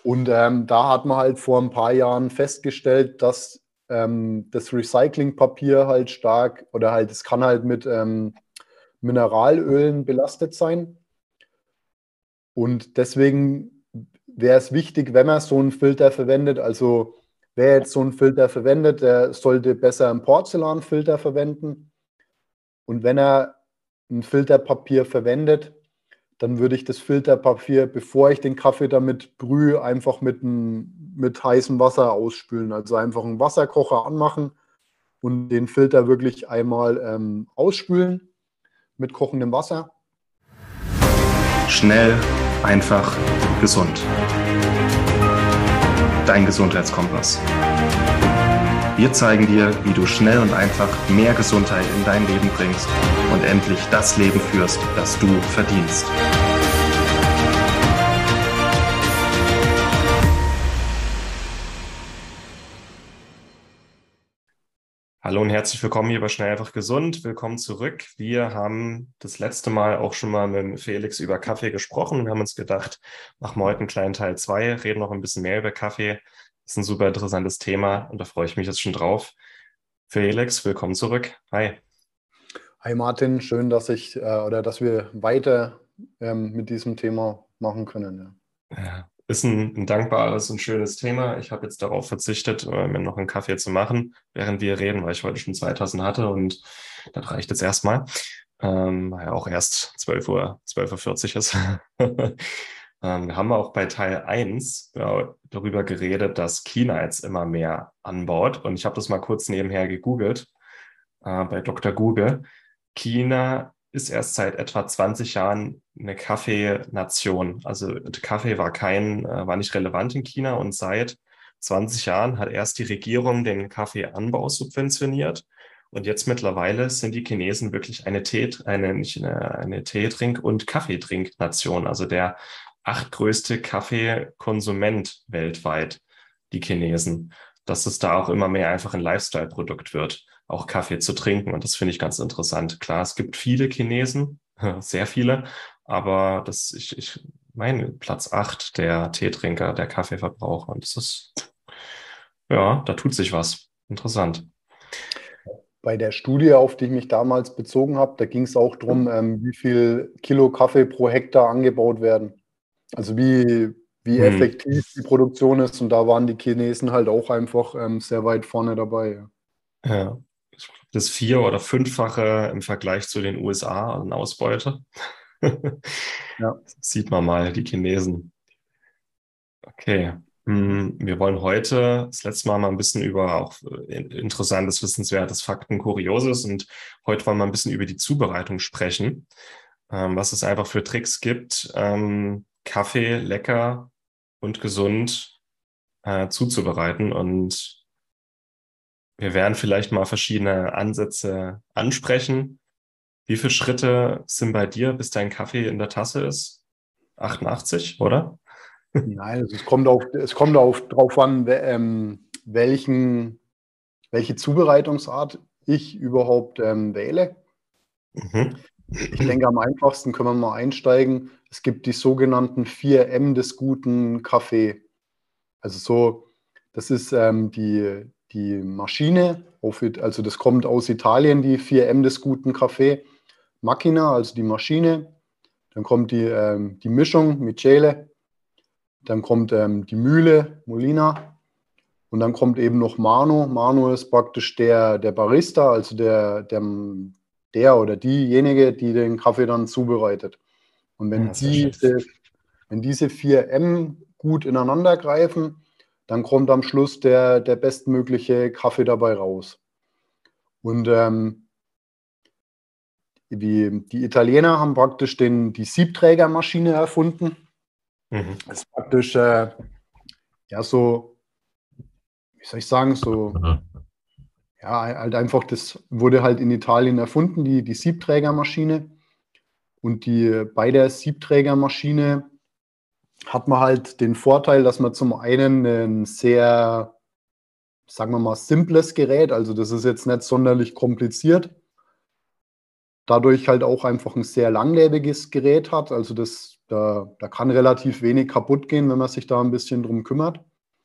Und da hat man halt vor ein paar Jahren festgestellt, dass das Recyclingpapier halt stark oder halt, es kann halt mit Mineralölen belastet sein. Und deswegen wäre es wichtig, wenn man so einen Filter verwendet, also wer jetzt so einen Filter verwendet, der sollte besser einen Porzellanfilter verwenden. Und wenn er ein Filterpapier verwendet, dann würde ich das Filterpapier, bevor ich den Kaffee damit brühe, einfach mit heißem Wasser ausspülen. Also einfach einen Wasserkocher anmachen und den Filter wirklich einmal ausspülen mit kochendem Wasser. Schnell, einfach, gesund. Dein Gesundheitskompass. Wir zeigen dir, wie du schnell und einfach mehr Gesundheit in dein Leben bringst und endlich das Leben führst, das du verdienst. Hallo und herzlich willkommen hier bei Schnell einfach gesund. Willkommen zurück. Wir haben das letzte Mal auch schon mal mit Felix über Kaffee gesprochen und haben uns gedacht, machen wir heute einen kleinen Teil 2, reden noch ein bisschen mehr über Kaffee. Das ist ein super interessantes Thema und da freue ich mich jetzt schon drauf. Felix, willkommen zurück. Hi. Hi Martin, schön, dass wir weiter mit diesem Thema machen können. Ja, ist ein dankbares und schönes Thema. Ich habe jetzt darauf verzichtet, mir noch einen Kaffee zu machen, während wir reden, weil ich heute schon 2 Tassen hatte und das reicht jetzt erstmal. Weil ja auch erst 12:40 Uhr ist. Wir haben auch bei Teil 1 darüber geredet, dass China jetzt immer mehr anbaut. Und ich habe das mal kurz nebenher gegoogelt, bei Dr. Google. China ist erst seit etwa 20 Jahren eine Kaffeenation. Also Kaffee war nicht relevant in China und seit 20 Jahren hat erst die Regierung den Kaffeeanbau subventioniert. Und jetzt mittlerweile sind die Chinesen wirklich eine Teetrink- und Kaffeetrinknation. Also der 8. größte Kaffeekonsument weltweit, die Chinesen. Dass es da auch immer mehr einfach ein Lifestyle-Produkt wird, auch Kaffee zu trinken. Und das finde ich ganz interessant. Klar, es gibt viele Chinesen, sehr viele, aber ich meine Platz 8 der Teetrinker, der Kaffeeverbraucher. Und das ist, ja, da tut sich was. Interessant. Bei der Studie, auf die ich mich damals bezogen habe, da ging es auch darum, wie viel Kilo Kaffee pro Hektar angebaut werden. Also wie effektiv die Produktion ist. Und da waren die Chinesen halt auch einfach sehr weit vorne dabei. Ja, das 4- oder 5-fache im Vergleich zu den USA an Ausbeute. Ja. Sieht man mal, die Chinesen. Okay. Wir wollen heute das letzte Mal ein bisschen über auch interessantes, wissenswertes, Fakten, Kurioses und heute wollen wir ein bisschen über die Zubereitung sprechen, was es einfach für Tricks gibt, Kaffee lecker und gesund zuzubereiten und wir werden vielleicht mal verschiedene Ansätze ansprechen. Wie viele Schritte sind bei dir, bis dein Kaffee in der Tasse ist? 88, oder? Nein, also es kommt drauf an, welche Zubereitungsart ich überhaupt wähle. Mhm. Ich denke, am einfachsten können wir mal einsteigen. Es gibt die sogenannten 4M des guten Kaffee. Das ist die Maschine, also das kommt aus Italien, die 4M des guten Kaffee. Macchina, also die Maschine. Dann kommt die Mischung, Michele. Dann kommt die Mühle, Molina. Und dann kommt eben noch Mano. Mano ist praktisch der Barista, also der oder diejenige, die den Kaffee dann zubereitet. Und Ja, sehr schön. wenn diese 4M gut ineinander greifen, dann kommt am Schluss der bestmögliche Kaffee dabei raus. Und die Italiener haben praktisch die Siebträgermaschine erfunden. Mhm. Das ist praktisch, ja, so, wie soll ich sagen, so, ja, halt einfach, das wurde halt in Italien erfunden, die Siebträgermaschine. Und bei der Siebträgermaschine hat man halt den Vorteil, dass man zum einen ein sehr, sagen wir mal, simples Gerät, also das ist jetzt nicht sonderlich kompliziert, dadurch halt auch einfach ein sehr langlebiges Gerät hat. Also das Da kann relativ wenig kaputt gehen, wenn man sich da ein bisschen drum kümmert.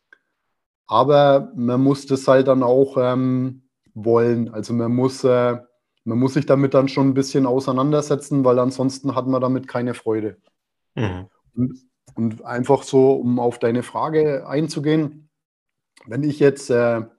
Aber man muss das halt dann auch wollen. Also man muss sich damit dann schon ein bisschen auseinandersetzen, weil ansonsten hat man damit keine Freude. Mhm. Und, und einfach so, um auf deine Frage einzugehen, wenn ich jetzt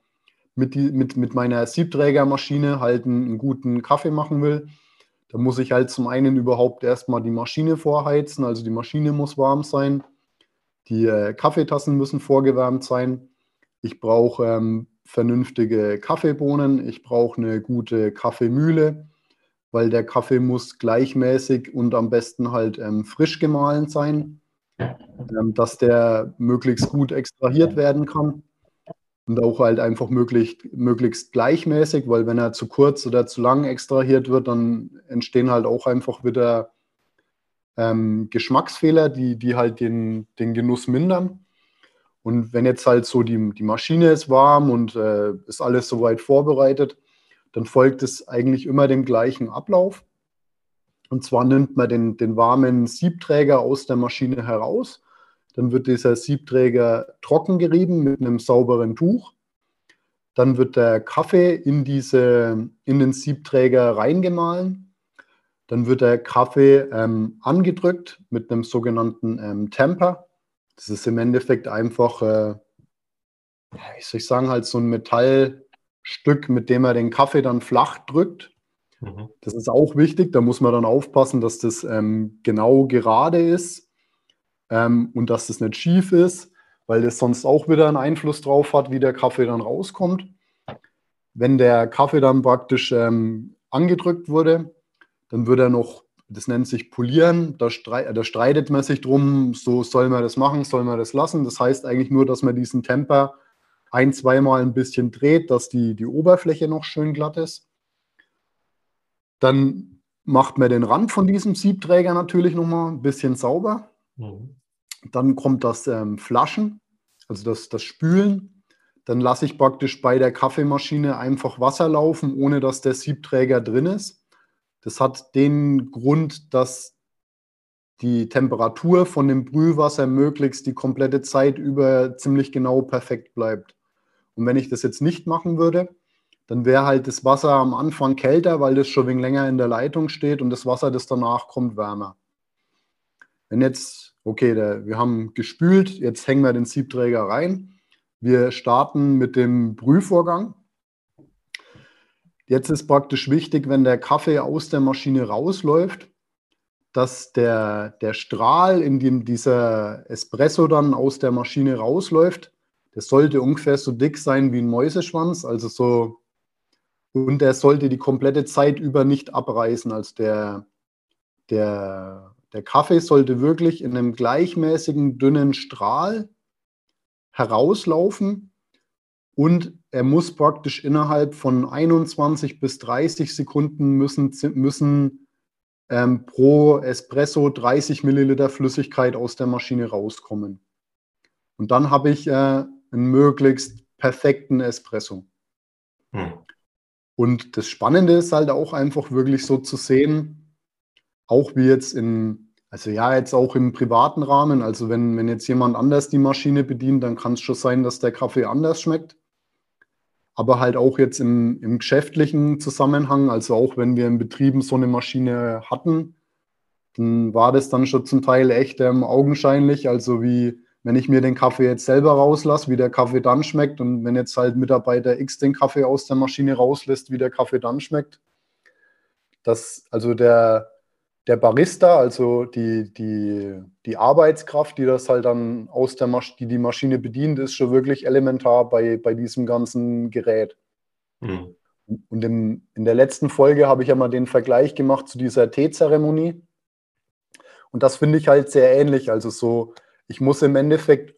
mit meiner Siebträgermaschine halt einen guten Kaffee machen will, dann muss ich halt zum einen überhaupt erstmal die Maschine vorheizen, also die Maschine muss warm sein, die Kaffeetassen müssen vorgewärmt sein. Ich brauche vernünftige Kaffeebohnen, ich brauche eine gute Kaffeemühle, weil der Kaffee muss gleichmäßig und am besten halt frisch gemahlen sein, dass der möglichst gut extrahiert werden kann und auch halt einfach möglichst gleichmäßig, weil wenn er zu kurz oder zu lang extrahiert wird, dann entstehen halt auch einfach wieder Geschmacksfehler, die halt den Genuss mindern. Und wenn jetzt halt so die Maschine ist warm und ist alles soweit vorbereitet, dann folgt es eigentlich immer dem gleichen Ablauf. Und zwar nimmt man den warmen Siebträger aus der Maschine heraus. Dann wird dieser Siebträger trocken gerieben mit einem sauberen Tuch. Dann wird der Kaffee in den Siebträger reingemahlen. Dann wird der Kaffee angedrückt mit einem sogenannten Temper. Das ist im Endeffekt einfach, wie soll ich sagen, halt so ein Metallstück, mit dem er den Kaffee dann flach drückt. Mhm. Das ist auch wichtig. Da muss man dann aufpassen, dass das genau gerade ist und dass das nicht schief ist, weil das sonst auch wieder einen Einfluss drauf hat, wie der Kaffee dann rauskommt. Wenn der Kaffee dann praktisch angedrückt wurde, dann wird er noch, das nennt sich Polieren, da streitet man sich drum, so soll man das machen, soll man das lassen. Das heißt eigentlich nur, dass man diesen Temper ein-, zweimal ein bisschen dreht, dass die Oberfläche noch schön glatt ist. Dann macht man den Rand von diesem Siebträger natürlich nochmal ein bisschen sauber. Mhm. Dann kommt das Flaschen, also das Spülen. Dann lasse ich praktisch bei der Kaffeemaschine einfach Wasser laufen, ohne dass der Siebträger drin ist. Das hat den Grund, dass die Temperatur von dem Brühwasser möglichst die komplette Zeit über ziemlich genau perfekt bleibt. Und wenn ich das jetzt nicht machen würde, dann wäre halt das Wasser am Anfang kälter, weil das schon wegen länger in der Leitung steht und das Wasser, das danach kommt, wärmer. Wenn jetzt, okay, wir haben gespült, jetzt hängen wir den Siebträger rein. Wir starten mit dem Brühvorgang. Jetzt ist praktisch wichtig, wenn der Kaffee aus der Maschine rausläuft, dass der Strahl, in dem dieser Espresso dann aus der Maschine rausläuft, der sollte ungefähr so dick sein wie ein Mäuseschwanz, also so, und der sollte die komplette Zeit über nicht abreißen. Also der Kaffee sollte wirklich in einem gleichmäßigen, dünnen Strahl herauslaufen und er muss praktisch innerhalb von 21 bis 30 Sekunden müssen pro Espresso 30 Milliliter Flüssigkeit aus der Maschine rauskommen. Und dann habe ich einen möglichst perfekten Espresso. Mhm. Und das Spannende ist halt auch einfach wirklich so zu sehen, auch wie jetzt also ja, jetzt auch im privaten Rahmen, also wenn jetzt jemand anders die Maschine bedient, dann kann es schon sein, dass der Kaffee anders schmeckt. Aber halt auch jetzt im geschäftlichen Zusammenhang, also auch wenn wir in Betrieben so eine Maschine hatten, dann war das dann schon zum Teil echt augenscheinlich. Also wie wenn ich mir den Kaffee jetzt selber rauslasse, wie der Kaffee dann schmeckt und wenn jetzt halt Mitarbeiter X den Kaffee aus der Maschine rauslässt, wie der Kaffee dann schmeckt. Also der Barista, also die Arbeitskraft, die das halt dann die Maschine bedient, ist schon wirklich elementar bei diesem ganzen Gerät. Mhm. Und in der letzten Folge habe ich ja mal den Vergleich gemacht zu dieser Teezeremonie. Und das finde ich halt sehr ähnlich. Also so, ich muss im Endeffekt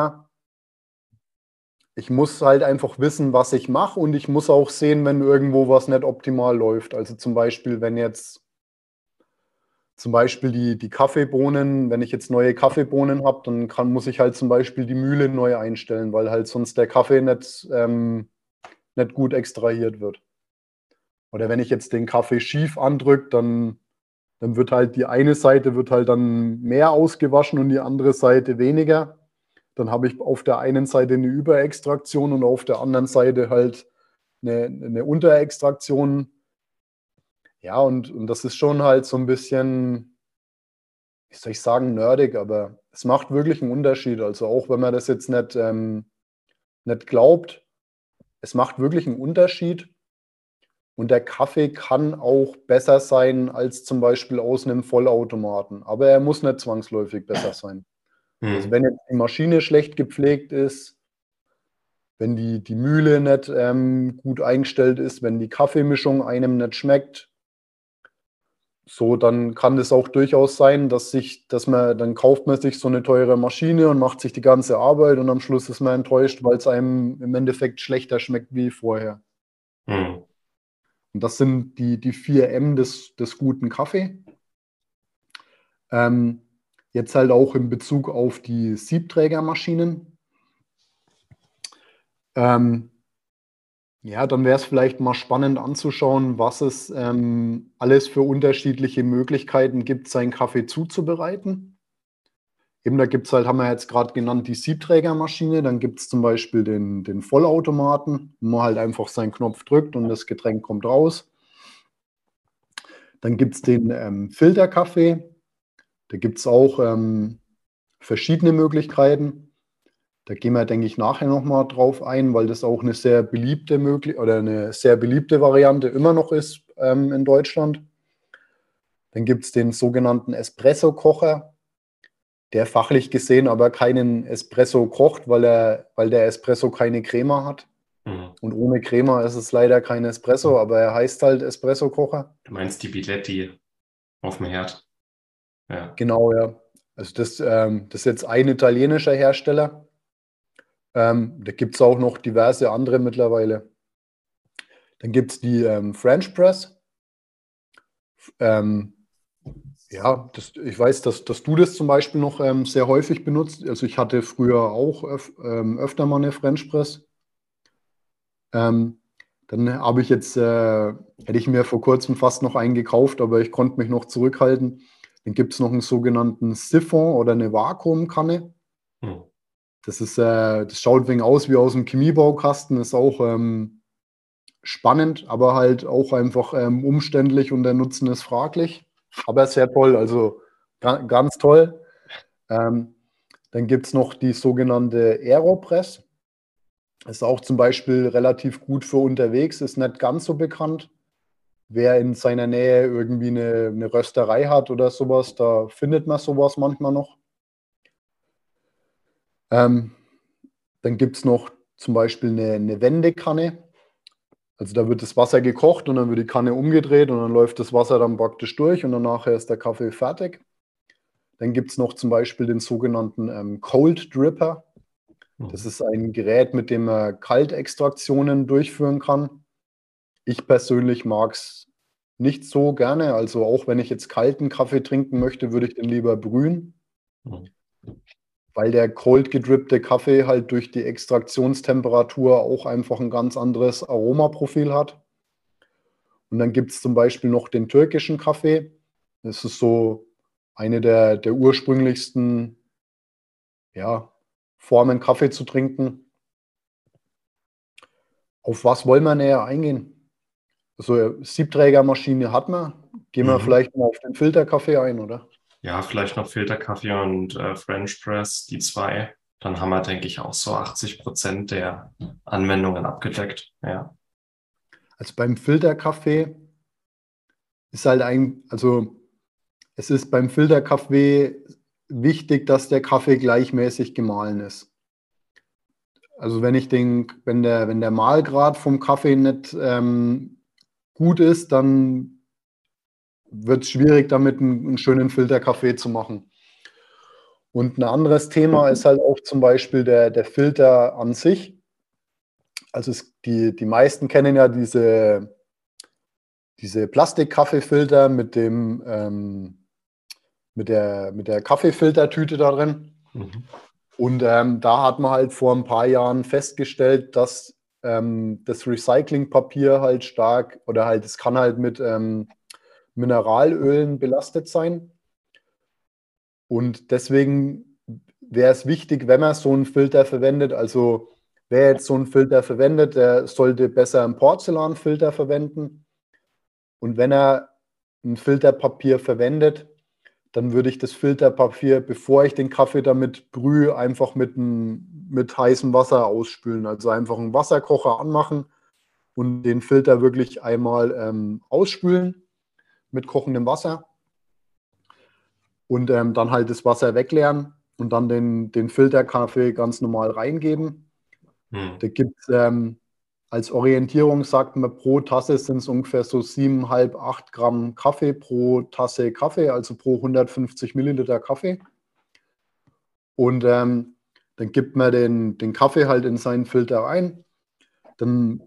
ich muss halt einfach wissen, was ich mache und ich muss auch sehen, wenn irgendwo was nicht optimal läuft. Also zum Beispiel, wenn jetzt zum Beispiel die Kaffeebohnen, wenn ich jetzt neue Kaffeebohnen habe, dann muss ich halt zum Beispiel die Mühle neu einstellen, weil halt sonst der Kaffee nicht gut extrahiert wird. Oder wenn ich jetzt den Kaffee schief andrücke, dann Dann wird halt die eine Seite wird halt dann mehr ausgewaschen und die andere Seite weniger. Dann habe ich auf der einen Seite eine Überextraktion und auf der anderen Seite halt eine Unterextraktion. Ja, und das ist schon halt so ein bisschen, wie soll ich sagen, nerdig, aber es macht wirklich einen Unterschied. Also auch wenn man das jetzt nicht glaubt, es macht wirklich einen Unterschied. Und der Kaffee kann auch besser sein als zum Beispiel aus einem Vollautomaten. Aber er muss nicht zwangsläufig besser sein. Also Hm. wenn jetzt die Maschine schlecht gepflegt ist, wenn die Mühle nicht gut eingestellt ist, wenn die Kaffeemischung einem nicht schmeckt, so, dann kann es auch durchaus sein, dann kauft man sich so eine teure Maschine und macht sich die ganze Arbeit und am Schluss ist man enttäuscht, weil es einem im Endeffekt schlechter schmeckt wie vorher. Hm. Und das sind die 4 M des guten Kaffee. Ähm, Jetzt halt auch in Bezug auf die Siebträgermaschinen. Ähm, ja, dann wäre es vielleicht mal spannend anzuschauen, was es alles für unterschiedliche Möglichkeiten gibt, seinen Kaffee zuzubereiten. Eben, da gibt es halt, haben wir jetzt gerade genannt, die Siebträgermaschine. Dann gibt es zum Beispiel den Vollautomaten, wo man halt einfach seinen Knopf drückt und das Getränk kommt raus. Dann gibt es den Filterkaffee. Da gibt es auch verschiedene Möglichkeiten. Da gehen wir, denke ich, nachher nochmal drauf ein, weil das auch eine sehr beliebte eine sehr beliebte Variante immer noch ist in Deutschland. Dann gibt es den sogenannten Espresso-Kocher, der fachlich gesehen aber keinen Espresso kocht, weil der Espresso keine Crema hat. Hm. Und ohne Crema ist es leider kein Espresso, aber er heißt halt Espresso-Kocher. Du meinst die Biletti auf dem Herd? Ja. Genau, ja. Also das ist jetzt ein italienischer Hersteller. Da gibt es auch noch diverse andere mittlerweile. Dann gibt es die French Press. Ähm, ja, ich weiß, dass du das zum Beispiel noch sehr häufig benutzt. Also ich hatte früher auch öfter mal eine French Press. Ähm, Dann habe ich hätte ich mir vor kurzem fast noch einen gekauft, aber ich konnte mich noch zurückhalten. Dann gibt es noch einen sogenannten Siphon oder eine Vakuumkanne. Hm. Das schaut ein wenig aus wie aus dem Chemiebaukasten, ist auch spannend, aber halt auch einfach umständlich und der Nutzen ist fraglich. Aber sehr toll, also ganz toll. Ähm, Dann gibt es noch die sogenannte Aeropress. Ist auch zum Beispiel relativ gut für unterwegs, ist nicht ganz so bekannt. Wer in seiner Nähe irgendwie eine Rösterei hat oder sowas, da findet man sowas manchmal noch. Ähm, Dann gibt es noch zum Beispiel eine Wendekanne. Also da wird das Wasser gekocht und dann wird die Kanne umgedreht und dann läuft das Wasser dann praktisch durch und dann nachher ist der Kaffee fertig. Dann gibt es noch zum Beispiel den sogenannten Cold Dripper. Das Hm. ist ein Gerät, mit dem man Kaltextraktionen durchführen kann. Ich persönlich mag es nicht so gerne. Also auch wenn ich jetzt kalten Kaffee trinken möchte, würde ich den lieber brühen, Hm. weil der cold gedrippte Kaffee halt durch die Extraktionstemperatur auch einfach ein ganz anderes Aromaprofil hat. Und dann gibt es zum Beispiel noch den türkischen Kaffee. Das ist so eine der ursprünglichsten, ja, Formen, Kaffee zu trinken. Auf was wollen wir näher eingehen? Also Siebträgermaschine hat man. Gehen wir Mhm. vielleicht mal auf den Filterkaffee ein, oder? Ja, vielleicht noch Filterkaffee und French Press, die zwei. Dann haben wir, denke ich, auch so 80% der Anwendungen abgedeckt. Ja. Also beim Filterkaffee ist halt also es ist beim Filterkaffee wichtig, dass der Kaffee gleichmäßig gemahlen ist. Also wenn der Mahlgrad vom Kaffee nicht gut ist, dann wird es schwierig, damit einen schönen Filterkaffee zu machen. Und ein anderes Thema ist halt auch zum Beispiel der Filter an sich. Also die meisten kennen ja diese Plastik-Kaffeefilter mit der Kaffeefiltertüte da drin. Mhm. Und da hat man halt vor ein paar Jahren festgestellt, dass das Recyclingpapier halt stark oder halt, es kann halt Mineralölen belastet sein. Und deswegen wäre es wichtig, wenn man so einen Filter verwendet, also wer jetzt so einen Filter verwendet, der sollte besser einen Porzellanfilter verwenden. Und wenn er ein Filterpapier verwendet, dann würde ich das Filterpapier, bevor ich den Kaffee damit brühe, einfach mit heißem Wasser ausspülen. Also einfach einen Wasserkocher anmachen und den Filter wirklich einmal ausspülen mit kochendem Wasser und dann halt das Wasser wegleeren und dann den Filterkaffee ganz normal reingeben. Da gibt es als Orientierung, sagt man, pro Tasse sind es ungefähr so 7,5, 8 Gramm Kaffee pro Tasse Kaffee, also pro 150 Milliliter Kaffee. Und dann gibt man den Kaffee halt in seinen Filter ein. Dann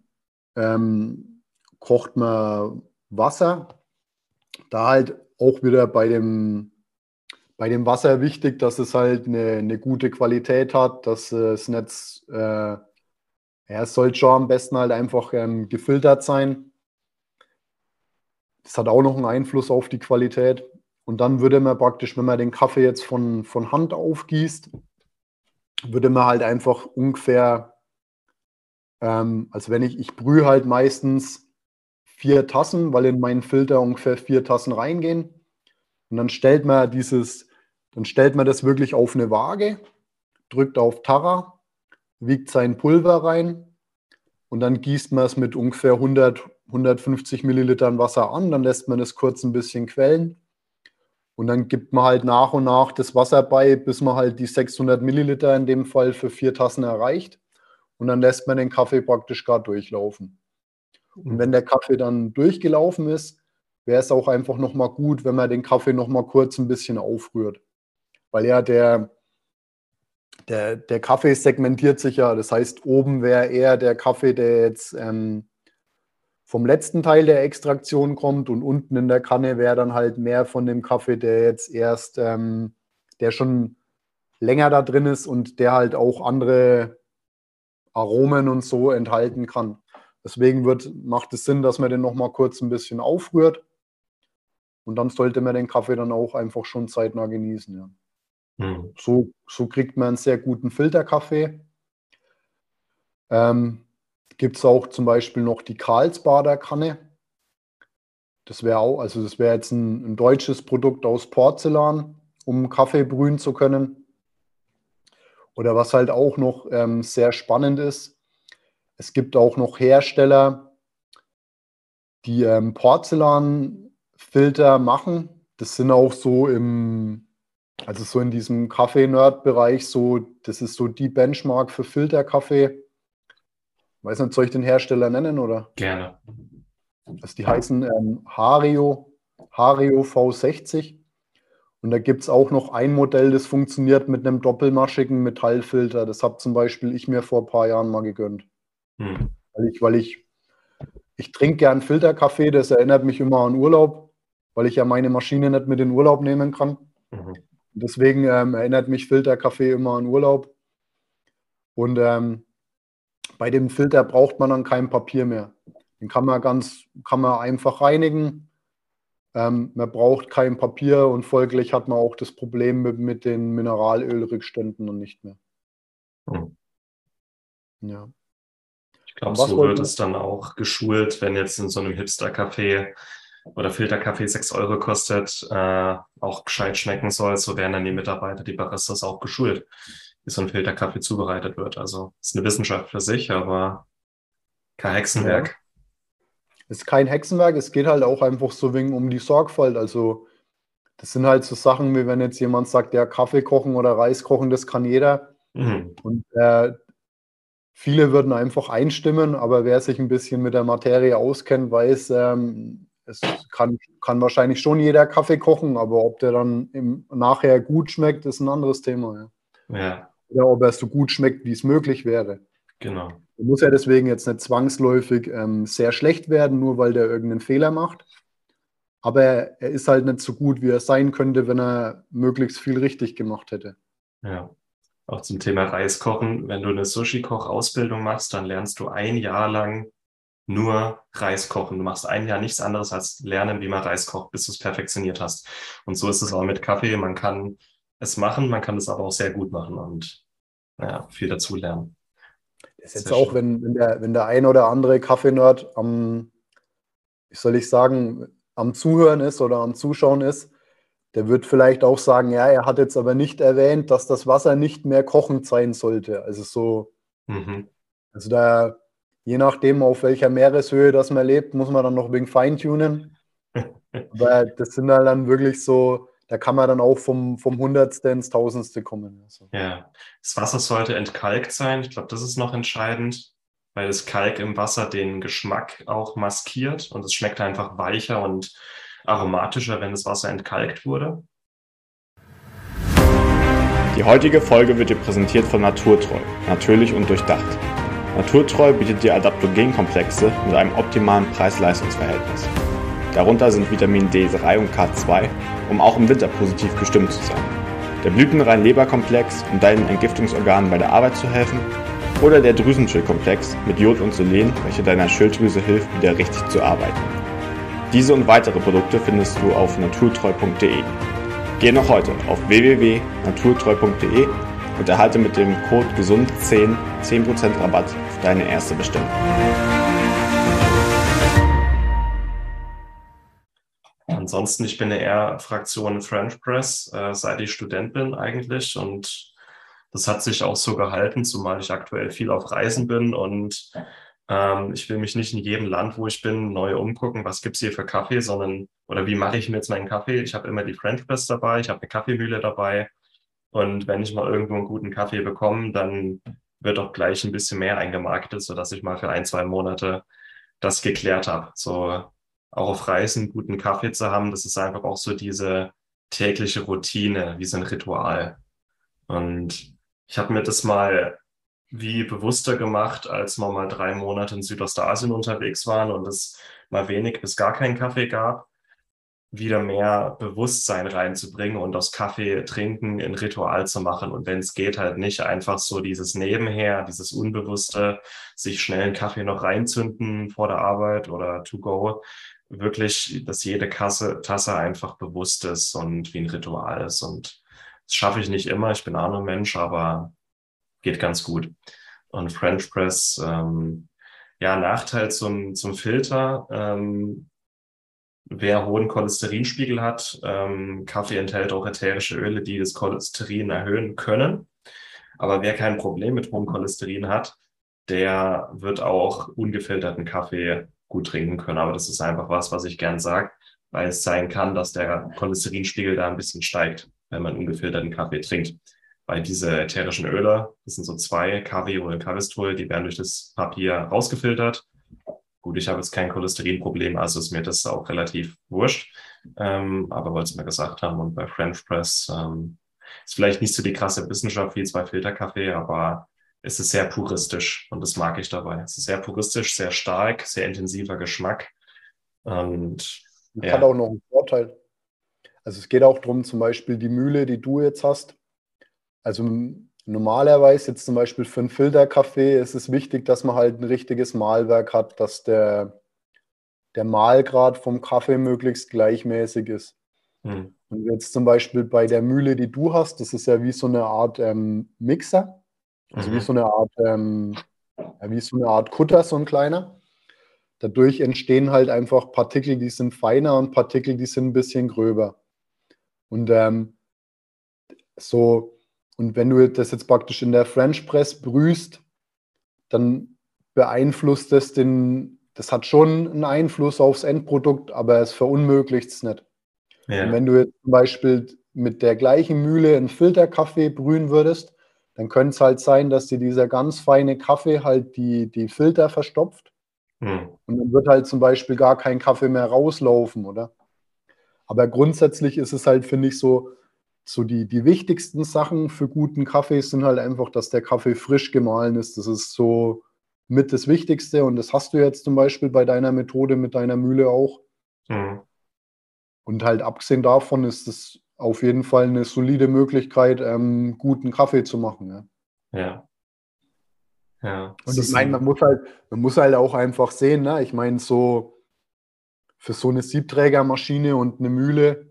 kocht man Wasser. Da halt auch wieder bei dem Wasser wichtig, dass es halt eine gute Qualität hat, dass es nicht, es soll schon am besten halt einfach gefiltert sein. Das hat auch noch einen Einfluss auf die Qualität. Und dann würde man praktisch, wenn man den Kaffee jetzt von Hand aufgießt, würde man halt einfach ungefähr, also ich brühe halt meistens 4 Tassen, weil in meinen Filter ungefähr 4 Tassen reingehen. Und dann stellt man das wirklich auf eine Waage, drückt auf Tara, wiegt sein Pulver rein und dann gießt man es mit ungefähr 150 Millilitern Wasser an. Dann lässt man es kurz ein bisschen quellen und dann gibt man halt nach und nach das Wasser bei, bis man halt die 600 Milliliter in dem Fall für 4 Tassen erreicht. Und dann lässt man den Kaffee praktisch gerade durchlaufen. Und wenn der Kaffee dann durchgelaufen ist, wäre es auch einfach nochmal gut, wenn man den Kaffee nochmal kurz ein bisschen aufrührt. Weil ja der Kaffee segmentiert sich ja. Das heißt, oben wäre eher der Kaffee, der jetzt vom letzten Teil der Extraktion kommt und unten in der Kanne wäre dann halt mehr von dem Kaffee, der jetzt erst, der schon länger da drin ist und der halt auch andere Aromen und so enthalten kann. Deswegen macht es Sinn, dass man den nochmal kurz ein bisschen aufrührt und dann sollte man den Kaffee dann auch einfach schon zeitnah genießen. Ja. So kriegt man einen sehr guten Filterkaffee. Gibt es auch zum Beispiel noch die Karlsbader Kanne. Das wäre jetzt ein deutsches Produkt aus Porzellan, um Kaffee brühen zu können. Oder was halt auch noch sehr spannend ist, es gibt auch noch Hersteller, die Porzellanfilter machen. Das sind auch so so in diesem Kaffee-Nerd-Bereich, das ist so die Benchmark für Filterkaffee. Weiß nicht, soll ich den Hersteller nennen, oder? Gerne. Also die heißen Hario V60. Und da gibt es auch noch ein Modell, das funktioniert mit einem doppelmaschigen Metallfilter. Das habe zum Beispiel ich mir vor ein paar Jahren mal gegönnt. Ich trinke gern Filterkaffee, das erinnert mich immer an Urlaub, weil ich ja meine Maschine nicht mit in Urlaub nehmen kann. Deswegen erinnert mich Filterkaffee immer an Urlaub. Und bei dem Filter braucht man dann kein Papier mehr. Den kann man einfach reinigen. Man braucht kein Papier und folglich hat man auch das Problem mit den Mineralölrückständen dann nicht mehr. Ja. Ich glaube, so wird es dann auch geschult, wenn jetzt in so einem Hipster-Café oder Filterkaffee 6 Euro kostet, auch gescheit schmecken soll, so werden dann die Mitarbeiter, die Baristas auch geschult, wie so ein Filterkaffee zubereitet wird. Also ist eine Wissenschaft für sich, aber kein Hexenwerk. Ja. Ist kein Hexenwerk, es geht halt auch einfach so wegen um die Sorgfalt. Also das sind halt so Sachen, wie wenn jetzt jemand sagt, ja, Kaffee kochen oder Reis kochen, das kann jeder. Und viele würden einfach einstimmen, aber wer sich ein bisschen mit der Materie auskennt, weiß, es kann wahrscheinlich schon jeder Kaffee kochen, aber ob der dann nachher gut schmeckt, ist ein anderes Thema. Ja. Oder ob er so gut schmeckt, wie es möglich wäre. Genau. Er muss ja deswegen jetzt nicht zwangsläufig sehr schlecht werden, nur weil der irgendeinen Fehler macht. Aber er ist halt nicht so gut, wie er sein könnte, wenn er möglichst viel richtig gemacht hätte. Ja. Auch zum Thema Reis kochen. Wenn du eine Sushi-Koch-Ausbildung machst, dann lernst du ein Jahr lang nur Reis kochen. Du machst ein Jahr nichts anderes als lernen, wie man Reis kocht, bis du es perfektioniert hast. Und so ist es auch mit Kaffee. Man kann es machen, man kann es aber auch sehr gut machen und ja, viel dazu lernen. Das ist jetzt Sehr auch, schön. wenn der ein oder andere Kaffee-Nerd am, wie soll ich sagen, am Zuhören ist oder am Zuschauen ist, der wird vielleicht auch sagen, ja, er hat jetzt aber nicht erwähnt, dass das Wasser nicht mehr kochend sein sollte. Also so, Mhm. also da, je nachdem, auf welcher Meereshöhe das man lebt, muss man dann noch ein wenig feintunen. Aber das sind halt dann wirklich so, da kann man dann auch vom Hundertste ins Tausendste kommen. Also. Ja, das Wasser sollte entkalkt sein. Ich glaube, das ist noch entscheidend, weil das Kalk im Wasser den Geschmack auch maskiert und es schmeckt einfach weicher und aromatischer, wenn das Wasser entkalkt wurde. Die heutige Folge wird dir präsentiert von Naturtreu, natürlich und durchdacht. Naturtreu bietet dir Adaptogenkomplexe mit einem optimalen Preis-Leistungs-Verhältnis. Darunter sind Vitamin D3 und K2, um auch im Winter positiv gestimmt zu sein. Der blütenrein Leberkomplex, um deinen Entgiftungsorganen bei der Arbeit zu helfen. Oder der Drüsenschildkomplex mit Jod und Selen, welcher deiner Schilddrüse hilft, wieder richtig zu arbeiten. Diese und weitere Produkte findest du auf naturtreu.de. Geh noch heute auf www.naturtreu.de und erhalte mit dem Code GESUND10 10% Rabatt auf deine erste Bestellung. Ansonsten, ich bin eher Fraktion French Press, seit ich Student bin eigentlich. Und das hat sich auch so gehalten, zumal ich aktuell viel auf Reisen bin. Und ich will mich nicht in jedem Land, wo ich bin, neu umgucken, was gibt's hier für Kaffee, sondern, oder wie mache ich mir jetzt meinen Kaffee? Ich habe immer die French Press dabei, ich habe eine Kaffeemühle dabei. Und wenn ich mal irgendwo einen guten Kaffee bekomme, dann wird auch gleich ein bisschen mehr eingemarketet, sodass ich mal für ein, zwei Monate das geklärt habe. So auch auf Reisen guten Kaffee zu haben, das ist einfach auch so diese tägliche Routine, wie so ein Ritual. Und ich habe mir das mal wie bewusster gemacht, als wir mal 3 Monate in Südostasien unterwegs waren und es mal wenig bis gar keinen Kaffee gab, wieder mehr Bewusstsein reinzubringen und aus Kaffee trinken ein Ritual zu machen. Und wenn es geht, halt nicht einfach so dieses Nebenher, dieses Unbewusste, sich schnell einen Kaffee noch reinzünden vor der Arbeit oder to go. Wirklich, dass jede Tasse einfach bewusst ist und wie ein Ritual ist. Und das schaffe ich nicht immer. Ich bin auch nur ein Mensch, aber geht ganz gut. Und French Press, ja, Nachteil zum Filter. Wer hohen Cholesterinspiegel hat, Kaffee enthält auch ätherische Öle, die das Cholesterin erhöhen können. Aber wer kein Problem mit hohem Cholesterin hat, der wird auch ungefilterten Kaffee gut trinken können. Aber das ist einfach was ich gern sage, weil es sein kann, dass der Cholesterinspiegel da ein bisschen steigt, wenn man ungefilterten Kaffee trinkt. Weil diese ätherischen Öle, das sind so zwei, Kavi und Cavistrol, die werden durch das Papier rausgefiltert. Gut, ich habe jetzt kein Cholesterinproblem, also ist mir das auch relativ wurscht. Aber wollte es mir gesagt haben. Und bei French Press ist vielleicht nicht so die krasse Wissenschaft wie zwei Filterkaffee, aber es ist sehr puristisch und das mag ich dabei. Es ist sehr puristisch, sehr stark, sehr intensiver Geschmack. Und Das hat ja, auch noch einen Vorteil. Also es geht auch darum, zum Beispiel die Mühle, die du jetzt hast. Also normalerweise jetzt zum Beispiel für einen Filterkaffee ist es wichtig, dass man halt ein richtiges Mahlwerk hat, dass der Mahlgrad vom Kaffee möglichst gleichmäßig ist. hm, Und jetzt zum Beispiel bei der Mühle, die du hast, das ist ja wie so eine Art Mixer, also wie mhm, so eine Art, ja, wie so eine Art Kutter, so ein kleiner. Dadurch entstehen halt einfach Partikel, die sind feiner und Partikel, die sind ein bisschen gröber. Und so, und wenn du das jetzt praktisch in der French Press brühst, dann beeinflusst das hat schon einen Einfluss aufs Endprodukt, aber es verunmöglicht es nicht. Und ja, wenn du jetzt zum Beispiel mit der gleichen Mühle einen Filterkaffee brühen würdest, dann könnte es halt sein, dass dir dieser ganz feine Kaffee halt die Filter verstopft hm, und dann wird halt zum Beispiel gar kein Kaffee mehr rauslaufen, oder? Aber grundsätzlich ist es halt, finde ich, so die wichtigsten Sachen für guten Kaffee sind halt einfach, dass der Kaffee frisch gemahlen ist. Das ist so mit das Wichtigste und das hast du jetzt zum Beispiel bei deiner Methode mit deiner Mühle auch. hm, Und halt abgesehen davon ist es auf jeden Fall eine solide Möglichkeit, guten Kaffee zu machen. Ja. ja. Ja, es Und ich ist meine, ein, man muss halt auch einfach sehen, ne? Ich meine, so für so eine Siebträgermaschine und eine Mühle,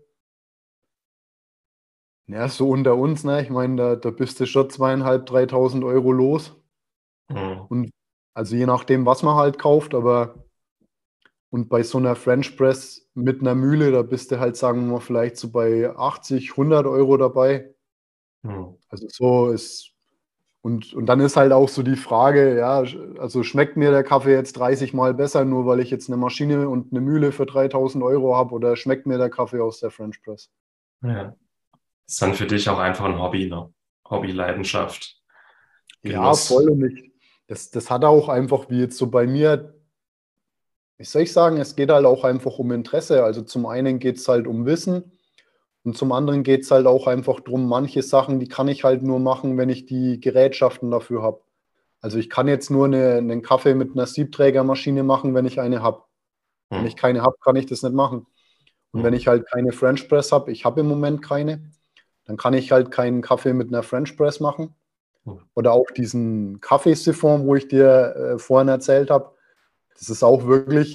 ja, so unter uns, ne? Ich meine, da bist du schon 2.500, 3.000 Euro los. hm, Und also je nachdem, was man halt kauft, aber und bei so einer French Press mit einer Mühle, da bist du halt, sagen wir mal, vielleicht so bei 80, 100 Euro dabei. hm. Also so ist, und dann ist halt auch so die Frage, ja, also schmeckt mir der Kaffee jetzt 30 Mal besser, nur weil ich jetzt eine Maschine und eine Mühle für 3.000 Euro habe, oder schmeckt mir der Kaffee aus der French Press? Ja. Ist dann für dich auch einfach ein Hobby, ne? Hobby, Leidenschaft, Ja, voll Genuss. und nicht. Das hat auch einfach, wie jetzt so bei mir, wie soll ich sagen, es geht halt auch einfach um Interesse. Also zum einen geht es halt um Wissen und zum anderen geht es halt auch einfach darum, manche Sachen, die kann ich halt nur machen, wenn ich die Gerätschaften dafür habe. Also ich kann jetzt nur einen Kaffee mit einer Siebträgermaschine machen, wenn ich eine habe. Wenn ich Hm, keine habe, kann ich das nicht machen. Und wenn hm, ich halt keine French Press habe, ich habe im Moment keine, dann kann ich halt keinen Kaffee mit einer French Press machen. hm. Oder auch diesen Kaffeesiphon, wo ich dir vorhin erzählt habe. Das ist auch wirklich,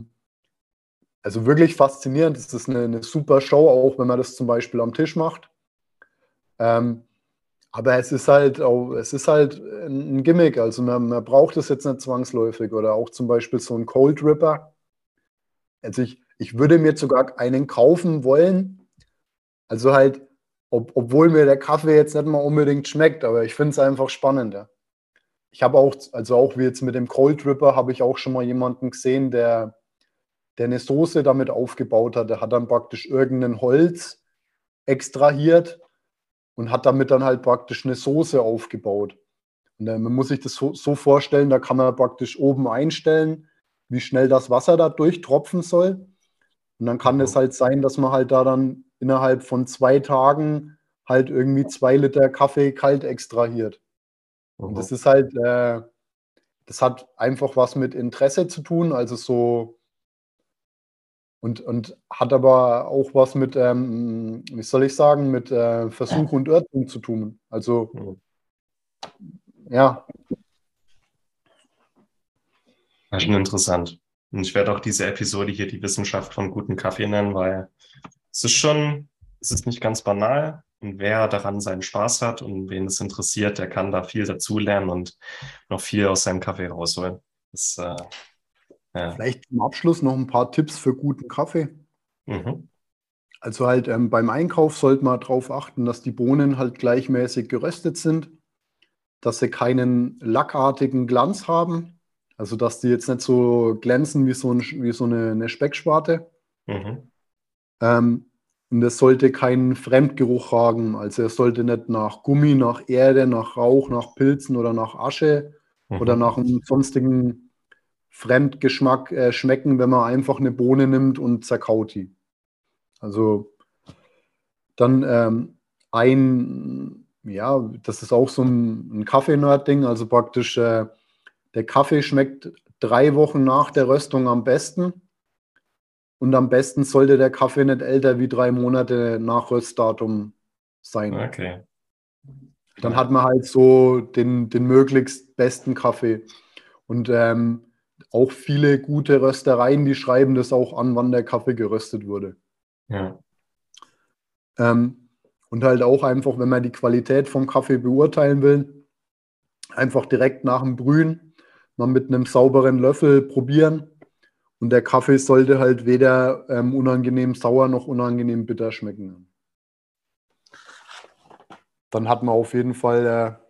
also wirklich faszinierend. Das ist eine super Show, auch wenn man das zum Beispiel am Tisch macht. Ähm, aber es ist halt ein Gimmick. Also man braucht es jetzt nicht zwangsläufig. Oder auch zum Beispiel so ein Cold Ripper. Also ich würde mir sogar einen kaufen wollen. Also halt, obwohl mir der Kaffee jetzt nicht mal unbedingt schmeckt, aber ich finde es einfach spannend. Ja. Ich habe auch, also auch wie jetzt mit dem Cold Ripper, habe ich auch schon mal jemanden gesehen, der eine Soße damit aufgebaut hat. Der hat dann praktisch irgendein Holz extrahiert und hat damit dann halt praktisch eine Soße aufgebaut. Und man muss sich das so vorstellen, da kann man praktisch oben einstellen, wie schnell das Wasser da durchtropfen soll. Und dann kann es Mhm. halt sein, dass man halt da dann innerhalb von 2 Tagen halt irgendwie 2 Liter Kaffee kalt extrahiert. Und Mhm. das hat einfach was mit Interesse zu tun, also so, und hat aber auch was mit, wie soll ich sagen, mit Versuch und Irrtum zu tun. Also, Mhm. ja, War schon interessant. Und ich werde auch diese Episode hier die Wissenschaft von gutem Kaffee nennen, weil es ist schon, es ist nicht ganz banal. Und wer daran seinen Spaß hat und wen es interessiert, der kann da viel dazulernen und noch viel aus seinem Kaffee rausholen. Das, ja. vielleicht zum Abschluss noch ein paar Tipps für guten Kaffee. Mhm. Also halt beim Einkauf sollte man darauf achten, dass die Bohnen halt gleichmäßig geröstet sind, dass sie keinen lackartigen Glanz haben, also dass die jetzt nicht so glänzen wie so eine Speckschwarte. Mhm. Ähm, und es sollte keinen Fremdgeruch haben, also es sollte nicht nach Gummi, nach Erde, nach Rauch, nach Pilzen oder nach Asche oder Mhm. nach einem sonstigen Fremdgeschmack schmecken, wenn man einfach eine Bohne nimmt und zerkaut die. Also dann ja, das ist auch so ein Kaffee-Nerd-Ding. Also praktisch, der Kaffee schmeckt 3 Wochen nach der Röstung am besten. Und am besten sollte der Kaffee nicht älter wie 3 Monate nach Röstdatum sein. Okay. Dann Ja. hat man halt so den möglichst besten Kaffee. Und auch viele gute Röstereien, die schreiben das auch an, wann der Kaffee geröstet wurde. Ja. Ähm, und halt auch einfach, wenn man die Qualität vom Kaffee beurteilen will, einfach direkt nach dem Brühen mal mit einem sauberen Löffel probieren. Und der Kaffee sollte halt weder unangenehm sauer noch unangenehm bitter schmecken. Dann hat man auf jeden Fall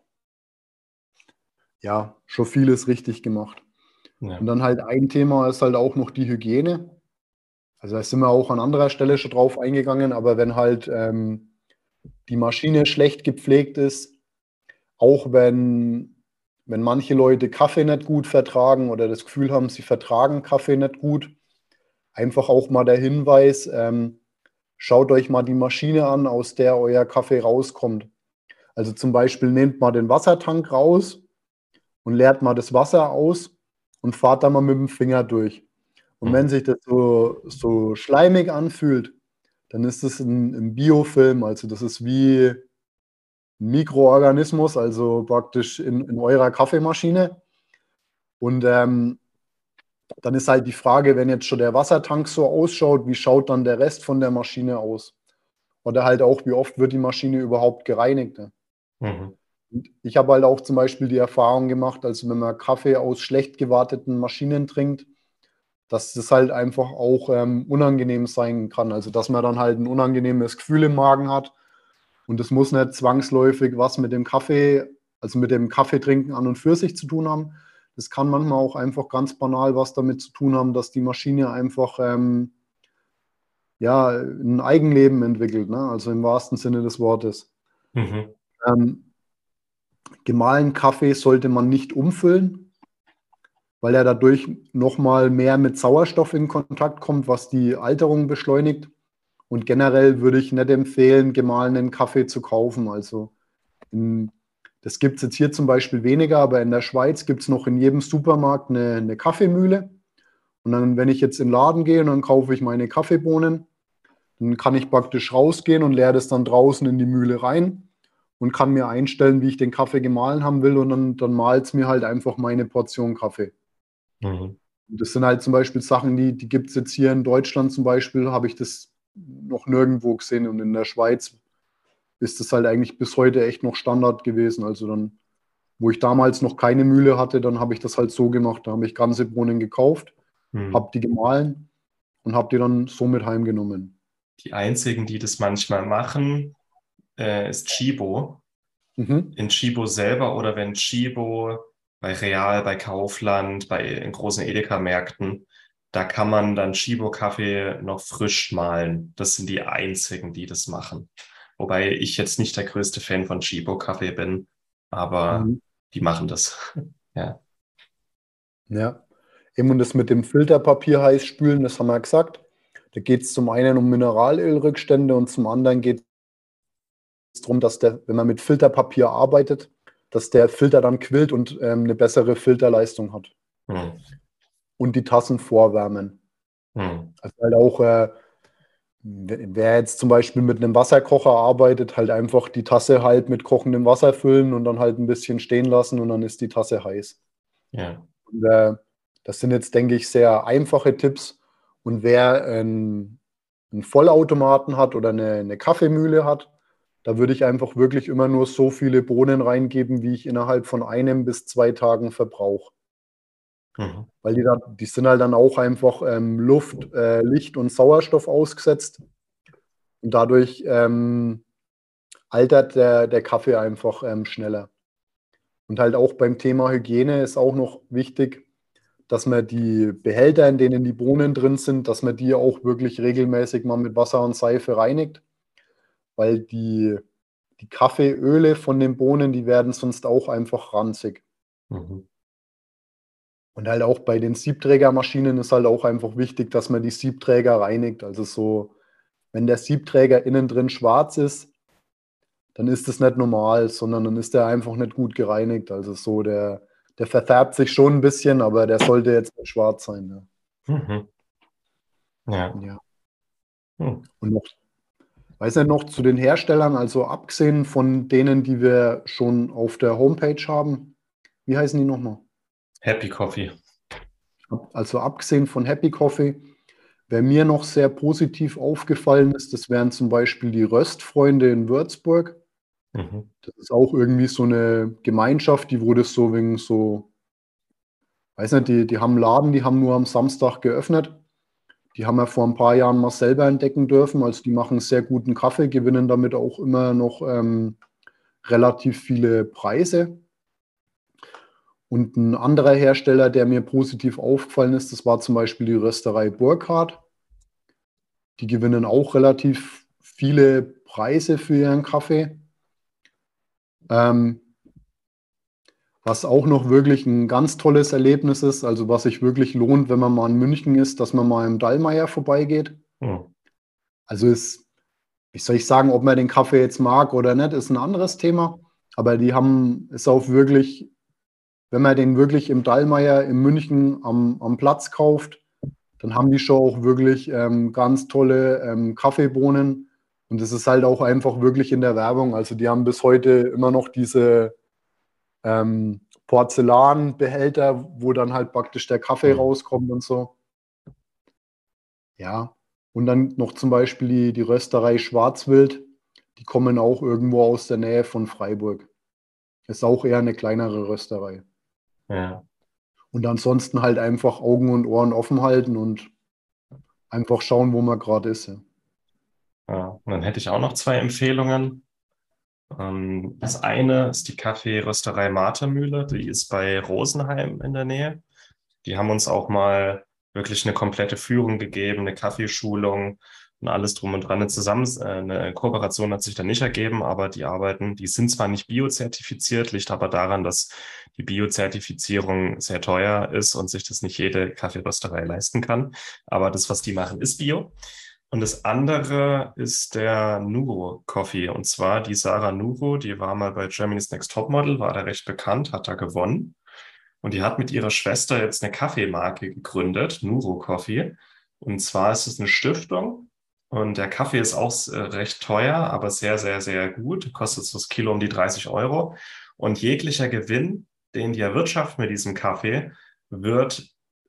ja schon vieles richtig gemacht. Und Ja. dann halt ein Thema ist halt auch noch die Hygiene. Also da sind wir auch an anderer Stelle schon drauf eingegangen, aber wenn halt die Maschine schlecht gepflegt ist, auch wenn manche Leute Kaffee nicht gut vertragen oder das Gefühl haben, sie vertragen Kaffee nicht gut, einfach auch mal der Hinweis, schaut euch mal die Maschine an, aus der euer Kaffee rauskommt. Also zum Beispiel nehmt mal den Wassertank raus und leert mal das Wasser aus und fahrt da mal mit dem Finger durch. Und wenn Mhm. sich das so schleimig anfühlt, dann ist das ein Biofilm. Also das ist Mikroorganismus, also praktisch in eurer Kaffeemaschine. Und dann ist halt die Frage, wenn jetzt schon der Wassertank so ausschaut, wie schaut dann der Rest von der Maschine aus? Oder halt auch, wie oft wird die Maschine überhaupt gereinigt? Ne? Mhm. Und ich habe halt auch zum Beispiel die Erfahrung gemacht, also wenn man Kaffee aus schlecht gewarteten Maschinen trinkt, dass das halt einfach auch unangenehm sein kann. Also dass man dann halt ein unangenehmes Gefühl im Magen hat. Und das muss nicht zwangsläufig was mit dem Kaffee, also mit dem Kaffeetrinken an und für sich zu tun haben. Das kann manchmal auch einfach ganz banal was damit zu tun haben, dass die Maschine einfach ja, ein Eigenleben entwickelt, ne? Also im wahrsten Sinne des Wortes. Mhm. Gemahlenen Kaffee sollte man nicht umfüllen, weil er dadurch nochmal mehr mit Sauerstoff in Kontakt kommt, was die Alterung beschleunigt. Und generell würde ich nicht empfehlen, gemahlenen Kaffee zu kaufen. Also das gibt es jetzt hier zum Beispiel weniger, aber in der Schweiz gibt es noch in jedem Supermarkt eine Kaffeemühle. Und dann, wenn ich jetzt in den Laden gehe und dann kaufe ich meine Kaffeebohnen, dann kann ich praktisch rausgehen und leere das dann draußen in die Mühle rein und kann mir einstellen, wie ich den Kaffee gemahlen haben will. Und dann malt es mir halt einfach meine Portion Kaffee. Mhm. Und das sind halt zum Beispiel Sachen, die gibt es jetzt hier in Deutschland zum Beispiel, habe ich das noch nirgendwo gesehen. Und in der Schweiz ist das halt eigentlich bis heute echt noch Standard gewesen. Also dann, wo ich damals noch keine Mühle hatte, dann habe ich das halt so gemacht. Da habe ich ganze Bohnen gekauft, Mhm. habe die gemahlen und habe die dann so mit heimgenommen. Die einzigen, die das manchmal machen, ist Chibo. Mhm. In Chibo selber oder wenn Chibo bei Real, bei Kaufland, in großen Edeka-Märkten, da kann man dann Chibo-Kaffee noch frisch mahlen. Das sind die einzigen, die das machen. Wobei ich jetzt nicht der größte Fan von Chibo-Kaffee bin, aber Mhm. die machen das. Ja. Ja. Eben und das mit dem Filterpapier heiß spülen, das haben wir gesagt. Da geht es zum einen um Mineralölrückstände und zum anderen geht es darum, dass wenn man mit Filterpapier arbeitet, dass der Filter dann quillt und eine bessere Filterleistung hat. Hm. Und die Tassen vorwärmen. Hm. Also halt auch, wer jetzt zum Beispiel mit einem Wasserkocher arbeitet, halt einfach die Tasse halt mit kochendem Wasser füllen und dann halt ein bisschen stehen lassen und dann ist die Tasse heiß. Ja. Und, das sind jetzt, denke ich, sehr einfache Tipps. Und wer einen Vollautomaten hat oder eine Kaffeemühle hat, da würde ich einfach wirklich immer nur so viele Bohnen reingeben, wie ich innerhalb von 1 bis 2 Tagen verbrauche. Mhm. Weil die sind halt dann auch einfach Luft, Licht und Sauerstoff ausgesetzt. Und dadurch altert der Kaffee einfach schneller. Und halt auch beim Thema Hygiene ist auch noch wichtig, dass man die Behälter, in denen die Bohnen drin sind, dass man die auch wirklich regelmäßig mal mit Wasser und Seife reinigt, weil die Kaffeeöle von den Bohnen, die werden sonst auch einfach ranzig. Mhm. Und halt auch bei den Siebträgermaschinen ist halt auch einfach wichtig, dass man die Siebträger reinigt. Also so, wenn der Siebträger innen drin schwarz ist, dann ist das nicht normal, sondern dann ist der einfach nicht gut gereinigt. Also so, der verfärbt sich schon ein bisschen, aber der sollte jetzt nicht schwarz sein. Ja. Mhm. Ja. Ja. Hm. Und noch, weiß nicht, noch zu den Herstellern, also abgesehen von denen, die wir schon auf der Homepage haben, wie heißen die nochmal? Happy Coffee. Also abgesehen von Happy Coffee, wer mir noch sehr positiv aufgefallen ist, das wären zum Beispiel die Röstfreunde in Würzburg. Mhm. Das ist auch irgendwie so eine Gemeinschaft, die wurde so wegen so, weiß nicht, die haben einen Laden, die haben nur am Samstag geöffnet. Die haben wir vor ein paar Jahren mal selber entdecken dürfen. Also die machen sehr guten Kaffee, gewinnen damit auch immer noch relativ viele Preise. Und ein anderer Hersteller, der mir positiv aufgefallen ist, das war zum Beispiel die Rösterei Burkhardt. Die gewinnen auch relativ viele Preise für ihren Kaffee. Was auch noch wirklich ein ganz tolles Erlebnis ist, also was sich wirklich lohnt, wenn man mal in München ist, dass man mal im Dallmayr vorbeigeht. Hm. Also wie soll ich sagen, ob man den Kaffee jetzt mag oder nicht, ist ein anderes Thema. Aber ist auch wirklich, wenn man den wirklich im Dallmayr in München am Platz kauft, dann haben die schon auch wirklich ganz tolle Kaffeebohnen. Und das ist halt auch einfach wirklich in der Werbung. Also die haben bis heute immer noch diese Porzellanbehälter, wo dann halt praktisch der Kaffee rauskommt und so. Ja, und dann noch zum Beispiel die Rösterei Schwarzwild. Die kommen auch irgendwo aus der Nähe von Freiburg. Ist auch eher eine kleinere Rösterei. Ja. Und ansonsten halt einfach Augen und Ohren offen halten und einfach schauen, wo man gerade ist. Ja. Ja. Und dann hätte ich auch noch zwei Empfehlungen. Das eine ist die Kaffeerösterei Martermühle, die ist bei Rosenheim in der Nähe. Die haben uns auch mal wirklich eine komplette Führung gegeben, eine Kaffeeschulung und alles drum und dran. Eine Kooperation hat sich da nicht ergeben, aber die sind zwar nicht biozertifiziert, liegt aber daran, dass die Biozertifizierung sehr teuer ist und sich das nicht jede Kaffeerösterei leisten kann. Aber das, was die machen, ist Bio. Und das andere ist der Nuro Coffee. Und zwar die Sarah Nuro, die war mal bei Germany's Next Topmodel, war da recht bekannt, hat da gewonnen. Und die hat mit ihrer Schwester jetzt eine Kaffeemarke gegründet, Nuro Coffee. Und zwar ist es eine Stiftung. Und der Kaffee ist auch recht teuer, aber sehr, sehr, sehr gut. Kostet so das Kilo um die 30 Euro. Und jeglicher Gewinn, den die erwirtschaften mit diesem Kaffee, wird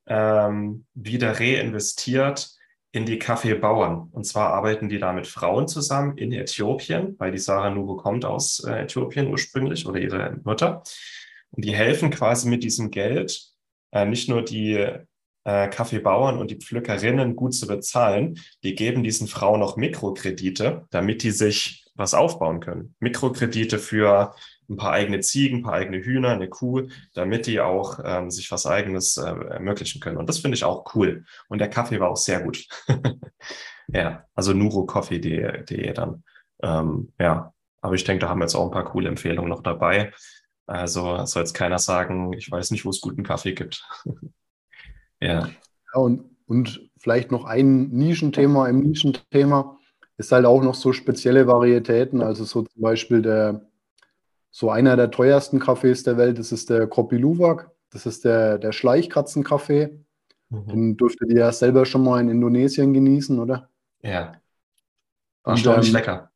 wieder reinvestiert in die Kaffeebauern. Und zwar arbeiten die da mit Frauen zusammen in Äthiopien, weil die Sarah Nuro kommt aus Äthiopien ursprünglich oder ihre Mutter. Und die helfen quasi mit diesem Geld nicht nur die Kaffeebauern und die Pflückerinnen gut zu bezahlen, die geben diesen Frauen noch Mikrokredite, damit die sich was aufbauen können. Mikrokredite für ein paar eigene Ziegen, ein paar eigene Hühner, eine Kuh, damit die auch sich was Eigenes ermöglichen können. Und das finde ich auch cool. Und der Kaffee war auch sehr gut. Ja, also nurocoffee.de dann. Ja, aber ich denke, da haben wir jetzt auch ein paar coole Empfehlungen noch dabei. Also soll jetzt keiner sagen, ich weiß nicht, wo es guten Kaffee gibt. Ja. Ja, und vielleicht noch ein Nischenthema im Nischenthema ist halt auch noch so spezielle Varietäten. Also so zum Beispiel so einer der teuersten Kaffees der Welt, das ist der Kopi Luwak. Das ist der Schleichkatzenkaffee. Den dürftet ihr ja selber schon mal in Indonesien genießen, oder? Ja, war Und erstaunlich lecker.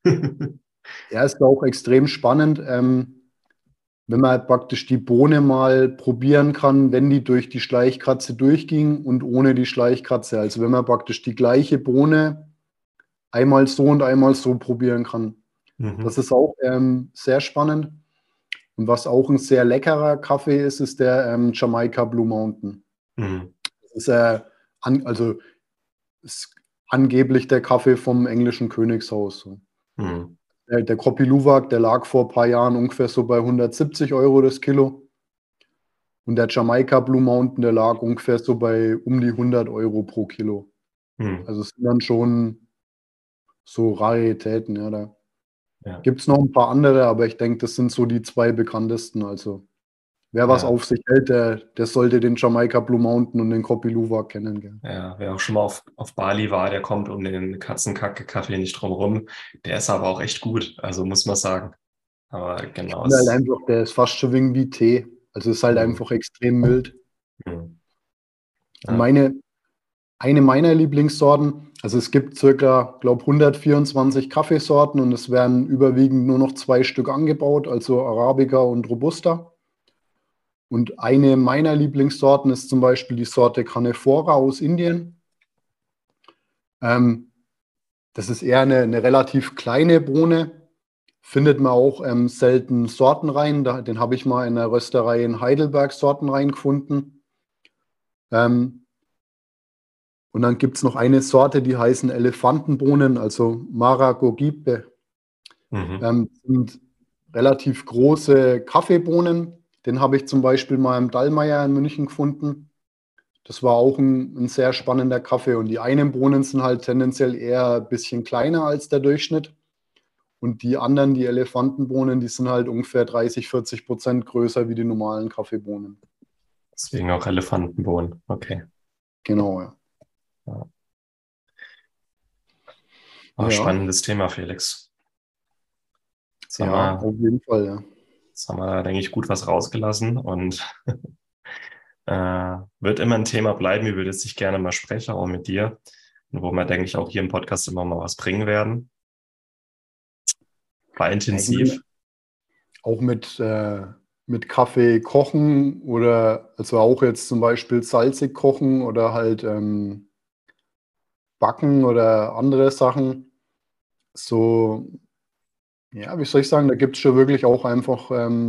ja, ist auch extrem spannend, wenn man halt praktisch die Bohne mal probieren kann, wenn die durch die Schleichkatze durchging und ohne die Schleichkatze. Also wenn man praktisch die gleiche Bohne einmal so und einmal so probieren kann. Das ist auch sehr spannend. Und was auch ein sehr leckerer Kaffee ist, ist der Jamaica Blue Mountain. Das ist, also ist angeblich der Kaffee vom englischen Königshaus. So. Der Kopi Luwak, der lag vor ein paar Jahren ungefähr so bei 170 Euro das Kilo. Und der Jamaica Blue Mountain, der lag ungefähr so bei um die 100 Euro pro Kilo. Also es sind dann schon so Raritäten. Ja, da gibt es noch ein paar andere, aber ich denke, das sind so die zwei bekanntesten. Also wer was auf sich hält, der sollte den Jamaica Blue Mountain und den Kopi Luwak kennen. Gell? Ja, wer auch schon mal auf Bali war, der kommt um den Katzenkacke-Kaffee nicht drum rum. Der ist aber auch echt gut, also muss man sagen. Aber genau. Halt einfach, der ist fast schon wie Tee. Also ist halt einfach extrem mild. Und eine meiner Lieblingssorten, also es gibt circa, glaube 124 Kaffeesorten und es werden überwiegend nur noch 2 Stück angebaut, also Arabica und Robusta. Und eine meiner Lieblingssorten ist zum Beispiel die Sorte Canephora aus Indien. Das ist eher eine relativ kleine Bohne, findet man auch selten Sortenreihen. Den habe ich mal in der Rösterei in Heidelberg Sortenreihen gefunden. Und dann gibt es noch eine Sorte, die heißen Elefantenbohnen, also Maragogipe. Sind relativ große Kaffeebohnen. Den habe ich zum Beispiel mal im Dallmayr in München gefunden. Das war auch ein sehr spannender Kaffee. Und die einen Bohnen sind halt tendenziell eher ein bisschen kleiner als der Durchschnitt. Und die anderen, die Elefantenbohnen, die sind halt ungefähr 30-40% größer wie die normalen Kaffeebohnen. Deswegen auch Elefantenbohnen, okay. Genau, ja. Spannendes Thema, Felix. Auf jeden Fall, ja. Jetzt haben wir da, denke ich, gut was rausgelassen und wird immer ein Thema bleiben, über das ich gerne mal spreche, auch mit dir. Und wo wir, denke ich, auch hier im Podcast immer mal was bringen werden. War intensiv. Auch mit Kaffee kochen oder also auch jetzt zum Beispiel salzig kochen oder halt backen oder andere Sachen. So, ja, wie soll ich sagen, da gibt es schon wirklich auch einfach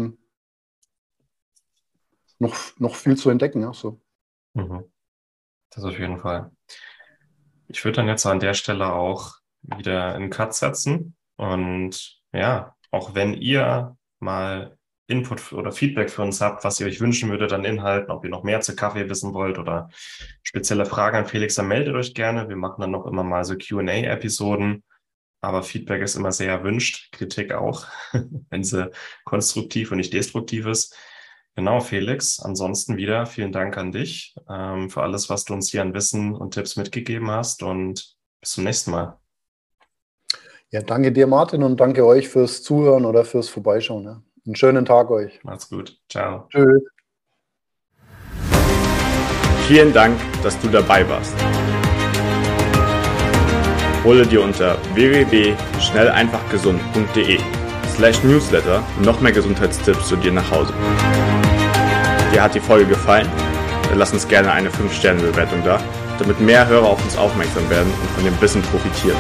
noch viel zu entdecken. Ja, so. Das auf jeden Fall. Ich würde dann jetzt an der Stelle auch wieder einen Cut setzen. Und ja, auch wenn ihr mal Input oder Feedback für uns habt, was ihr euch wünschen würdet an Inhalten, ob ihr noch mehr zu Kaffee wissen wollt oder spezielle Fragen an Felix, dann meldet euch gerne. Wir machen dann noch immer mal so Q&A-Episoden. Aber Feedback ist immer sehr erwünscht, Kritik auch, wenn sie konstruktiv und nicht destruktiv ist. Genau, Felix. Ansonsten wieder vielen Dank an dich für alles, was du uns hier an Wissen und Tipps mitgegeben hast, und bis zum nächsten Mal. Ja, danke dir, Martin, und danke euch fürs Zuhören oder fürs Vorbeischauen. Ja. Einen schönen Tag euch. Macht's gut. Ciao. Tschüss. Vielen Dank, dass du dabei warst. Hole dir unter www.schnelleinfachgesund.de/newsletter noch mehr Gesundheitstipps zu dir nach Hause. Dir hat die Folge gefallen? Dann lass uns gerne eine 5-Sterne-Bewertung da, damit mehr Hörer auf uns aufmerksam werden und von dem Wissen profitieren.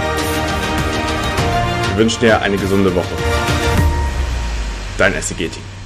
Wir wünschen dir eine gesunde Woche. Dein SEG-Team.